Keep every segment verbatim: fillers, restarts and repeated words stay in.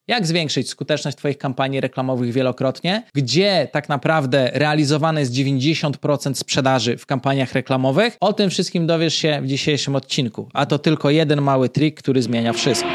Jak zwiększyć skuteczność Twoich kampanii reklamowych wielokrotnie? Gdzie tak naprawdę realizowane jest dziewięćdziesiąt procent sprzedaży w kampaniach reklamowych? O tym wszystkim dowiesz się w dzisiejszym odcinku. A to tylko jeden mały trik, który zmienia wszystko.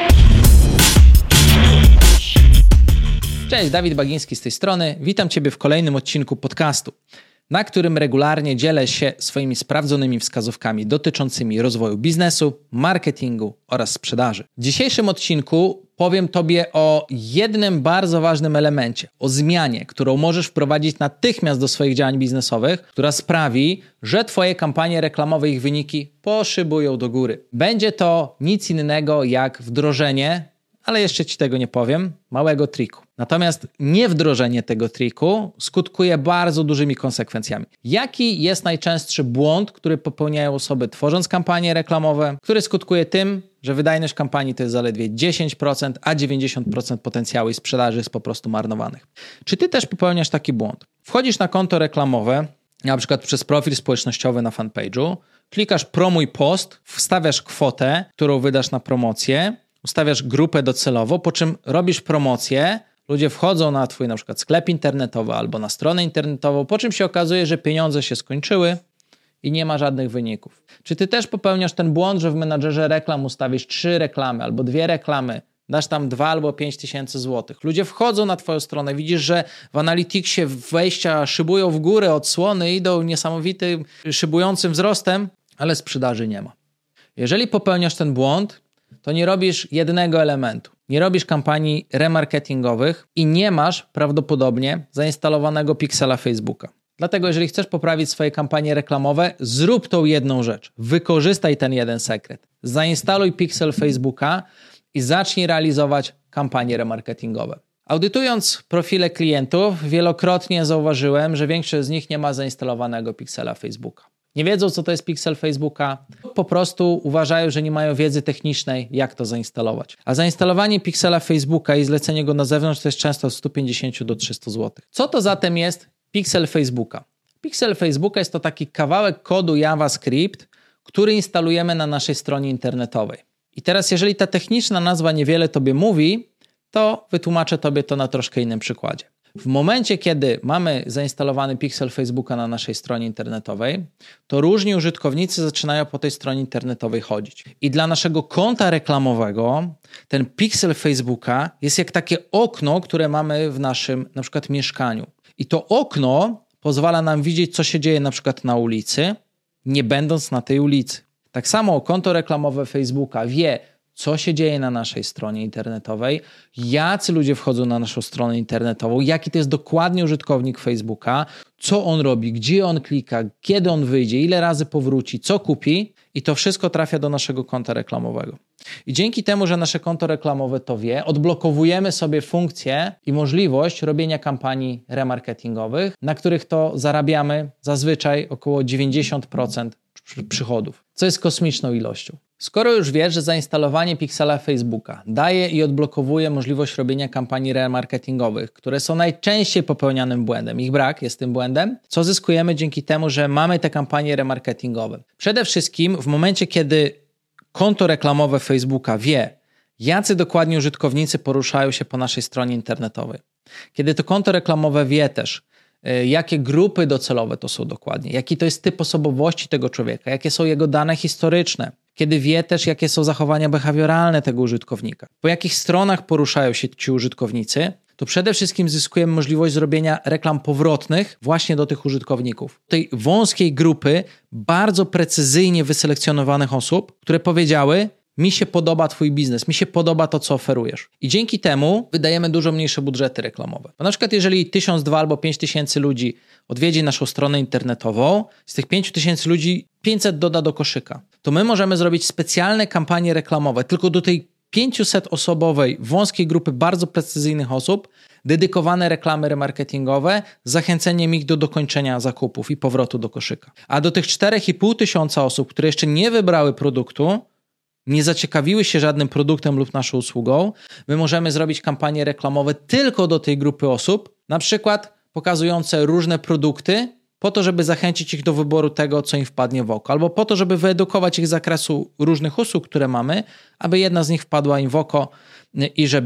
Cześć, Dawid Bagiński z tej strony. Witam Ciebie w kolejnym odcinku podcastu, na którym regularnie dzielę się swoimi sprawdzonymi wskazówkami dotyczącymi rozwoju biznesu, marketingu oraz sprzedaży. W dzisiejszym odcinku powiem Tobie o jednym bardzo ważnym elemencie, o zmianie, którą możesz wprowadzić natychmiast do swoich działań biznesowych, która sprawi, że Twoje kampanie reklamowe, ich wyniki poszybują do góry. Będzie to nic innego jak wdrożenie, ale jeszcze Ci tego nie powiem, małego triku. Natomiast niewdrożenie tego triku skutkuje bardzo dużymi konsekwencjami. Jaki jest najczęstszy błąd, który popełniają osoby tworząc kampanie reklamowe, który skutkuje tym, że wydajność kampanii to jest zaledwie dziesięć procent, a dziewięćdziesiąt procent potencjału i sprzedaży jest po prostu marnowanych. Czy Ty też popełniasz taki błąd? Wchodzisz na konto reklamowe, na przykład przez profil społecznościowy na fanpage'u, klikasz promuj post, wstawiasz kwotę, którą wydasz na promocję, ustawiasz grupę docelowo, po czym robisz promocję, ludzie wchodzą na Twój na przykład sklep internetowy albo na stronę internetową, po czym się okazuje, że pieniądze się skończyły i nie ma żadnych wyników. Czy Ty też popełniasz ten błąd, że w menadżerze reklam ustawisz trzy reklamy albo dwie reklamy, dasz tam dwa albo pięć tysięcy złotych. Ludzie wchodzą na Twoją stronę, widzisz, że w Analyticsie wejścia szybują w górę, odsłony idą niesamowitym, szybującym wzrostem, ale sprzedaży nie ma. Jeżeli popełniasz ten błąd, to nie robisz jednego elementu. Nie robisz kampanii remarketingowych i nie masz prawdopodobnie zainstalowanego piksela Facebooka. Dlatego jeżeli chcesz poprawić swoje kampanie reklamowe, zrób tą jedną rzecz. Wykorzystaj ten jeden sekret. Zainstaluj piksel Facebooka i zacznij realizować kampanie remarketingowe. Audytując profile klientów, wielokrotnie zauważyłem, że większość z nich nie ma zainstalowanego piksela Facebooka. Nie wiedzą, co to jest piksel Facebooka, po prostu uważają, że nie mają wiedzy technicznej, jak to zainstalować. A zainstalowanie piksela Facebooka i zlecenie go na zewnątrz to jest często od sto pięćdziesiąt do trzystu złotych. Co to zatem jest piksel Facebooka? Piksel Facebooka jest to taki kawałek kodu JavaScript, który instalujemy na naszej stronie internetowej. I teraz, jeżeli ta techniczna nazwa niewiele Tobie mówi, to wytłumaczę Tobie to na troszkę innym przykładzie. W momencie, kiedy mamy zainstalowany piksel Facebooka na naszej stronie internetowej, to różni użytkownicy zaczynają po tej stronie internetowej chodzić. I dla naszego konta reklamowego ten piksel Facebooka jest jak takie okno, które mamy w naszym na przykład mieszkaniu. I to okno pozwala nam widzieć, co się dzieje na przykład na ulicy, nie będąc na tej ulicy. Tak samo konto reklamowe Facebooka wie, co się dzieje na naszej stronie internetowej, jacy ludzie wchodzą na naszą stronę internetową, jaki to jest dokładnie użytkownik Facebooka, co on robi, gdzie on klika, kiedy on wyjdzie, ile razy powróci, co kupi i to wszystko trafia do naszego konta reklamowego. I dzięki temu, że nasze konto reklamowe to wie, odblokowujemy sobie funkcję i możliwość robienia kampanii remarketingowych, na których to zarabiamy zazwyczaj około dziewięćdziesiąt procent przychodów, co jest kosmiczną ilością. Skoro już wiesz, że zainstalowanie piksela Facebooka daje i odblokowuje możliwość robienia kampanii remarketingowych, które są najczęściej popełnianym błędem, ich brak jest tym błędem, co zyskujemy dzięki temu, że mamy te kampanie remarketingowe? Przede wszystkim w momencie, kiedy konto reklamowe Facebooka wie, jacy dokładnie użytkownicy poruszają się po naszej stronie internetowej, kiedy to konto reklamowe wie też, jakie grupy docelowe to są dokładnie, jaki to jest typ osobowości tego człowieka, jakie są jego dane historyczne, kiedy wie też, jakie są zachowania behawioralne tego użytkownika, po jakich stronach poruszają się ci użytkownicy, to przede wszystkim zyskujemy możliwość zrobienia reklam powrotnych właśnie do tych użytkowników. Tej wąskiej grupy bardzo precyzyjnie wyselekcjonowanych osób, które powiedziały: mi się podoba Twój biznes, mi się podoba to, co oferujesz. I dzięki temu wydajemy dużo mniejsze budżety reklamowe. Bo na przykład jeżeli tysiąc, dwa albo pięć tysięcy ludzi odwiedzi naszą stronę internetową, z tych pięć tysięcy ludzi pięćset doda do koszyka, to my możemy zrobić specjalne kampanie reklamowe tylko do tej pięciuset osobowej, wąskiej grupy bardzo precyzyjnych osób, dedykowane reklamy remarketingowe z zachęceniem ich do dokończenia zakupów i powrotu do koszyka. A do tych czterech i pół tysiąca osób, które jeszcze nie wybrały produktu, nie zaciekawiły się żadnym produktem lub naszą usługą, my możemy zrobić kampanie reklamowe tylko do tej grupy osób, na przykład pokazujące różne produkty po to, żeby zachęcić ich do wyboru tego, co im wpadnie w oko, albo po to, żeby wyedukować ich z zakresu różnych usług, które mamy, aby jedna z nich wpadła im w oko i żeby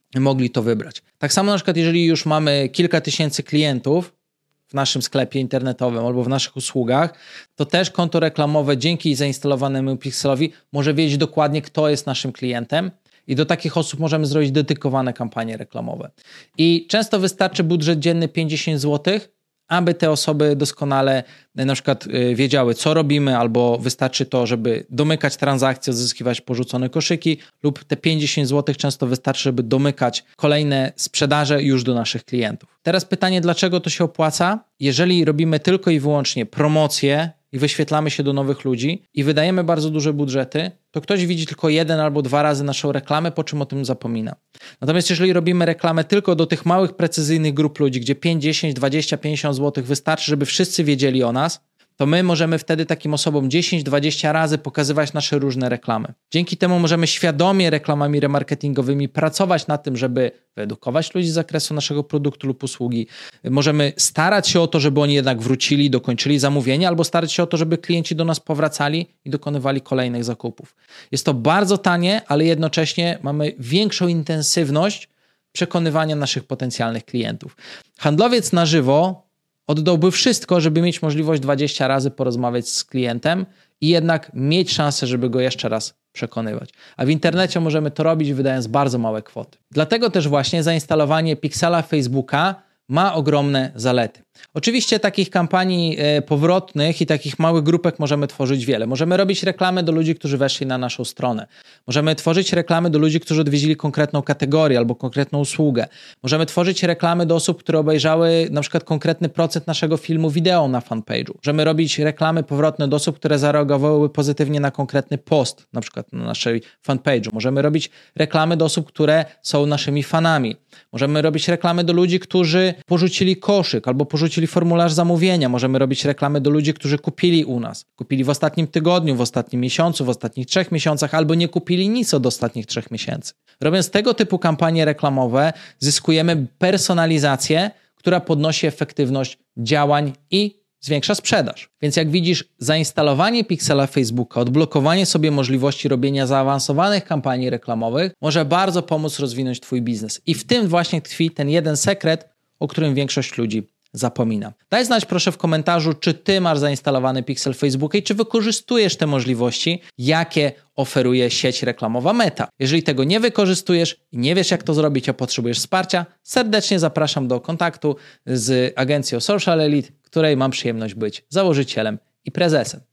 mogli to wybrać. Tak samo na przykład, jeżeli już mamy kilka tysięcy klientów w naszym sklepie internetowym albo w naszych usługach, to też konto reklamowe dzięki zainstalowanemu Pixelowi może wiedzieć dokładnie, kto jest naszym klientem i do takich osób możemy zrobić dedykowane kampanie reklamowe. I często wystarczy budżet dzienny pięćdziesiąt złotych, aby te osoby doskonale na przykład wiedziały, co robimy, albo wystarczy to, żeby domykać transakcje, odzyskiwać porzucone koszyki, lub te pięćdziesiąt złotych często wystarczy, żeby domykać kolejne sprzedaże już do naszych klientów. Teraz pytanie, dlaczego to się opłaca? Jeżeli robimy tylko i wyłącznie promocje i wyświetlamy się do nowych ludzi i wydajemy bardzo duże budżety, to ktoś widzi tylko jeden albo dwa razy naszą reklamę, po czym o tym zapomina. Natomiast jeżeli robimy reklamę tylko do tych małych, precyzyjnych grup ludzi, gdzie pięć, dziesięć, dwadzieścia, pięćdziesiąt złotych wystarczy, żeby wszyscy wiedzieli o nas, to my możemy wtedy takim osobom dziesięć, dwadzieścia razy pokazywać nasze różne reklamy. Dzięki temu możemy świadomie reklamami remarketingowymi pracować na tym, żeby wyedukować ludzi z zakresu naszego produktu lub usługi. Możemy starać się o to, żeby oni jednak wrócili, dokończyli zamówienie, albo starać się o to, żeby klienci do nas powracali i dokonywali kolejnych zakupów. Jest to bardzo tanie, ale jednocześnie mamy większą intensywność przekonywania naszych potencjalnych klientów. Handlowiec na żywo oddałby wszystko, żeby mieć możliwość dwadzieścia razy porozmawiać z klientem i jednak mieć szansę, żeby go jeszcze raz przekonywać. A w internecie możemy to robić, wydając bardzo małe kwoty. Dlatego też właśnie zainstalowanie Pixela Facebooka ma ogromne zalety. Oczywiście takich kampanii powrotnych i takich małych grupek możemy tworzyć wiele. Możemy robić reklamy do ludzi, którzy weszli na naszą stronę. Możemy tworzyć reklamy do ludzi, którzy odwiedzili konkretną kategorię albo konkretną usługę. Możemy tworzyć reklamy do osób, które obejrzały na przykład konkretny procent naszego filmu wideo na fanpage'u. Możemy robić reklamy powrotne do osób, które zareagowały pozytywnie na konkretny post, na przykład na naszej fanpage'u. Możemy robić reklamy do osób, które są naszymi fanami. Możemy robić reklamy do ludzi, którzy porzucili koszyk albo porzucili formularz zamówienia. Możemy robić reklamy do ludzi, którzy kupili u nas. Kupili w ostatnim tygodniu, w ostatnim miesiącu, w ostatnich trzech miesiącach albo nie kupili nic od ostatnich trzech miesięcy. Robiąc tego typu kampanie reklamowe, zyskujemy personalizację, która podnosi efektywność działań i zwiększa sprzedaż. Więc jak widzisz, zainstalowanie Pixela Facebooka, odblokowanie sobie możliwości robienia zaawansowanych kampanii reklamowych może bardzo pomóc rozwinąć Twój biznes. I w tym właśnie tkwi ten jeden sekret, o którym większość ludzi zapomina. Daj znać proszę w komentarzu, czy Ty masz zainstalowany Pixel Facebooka i czy wykorzystujesz te możliwości, jakie oferuje sieć reklamowa Meta. Jeżeli tego nie wykorzystujesz i nie wiesz, jak to zrobić, a potrzebujesz wsparcia, serdecznie zapraszam do kontaktu z agencją Social Elite, której mam przyjemność być założycielem i prezesem.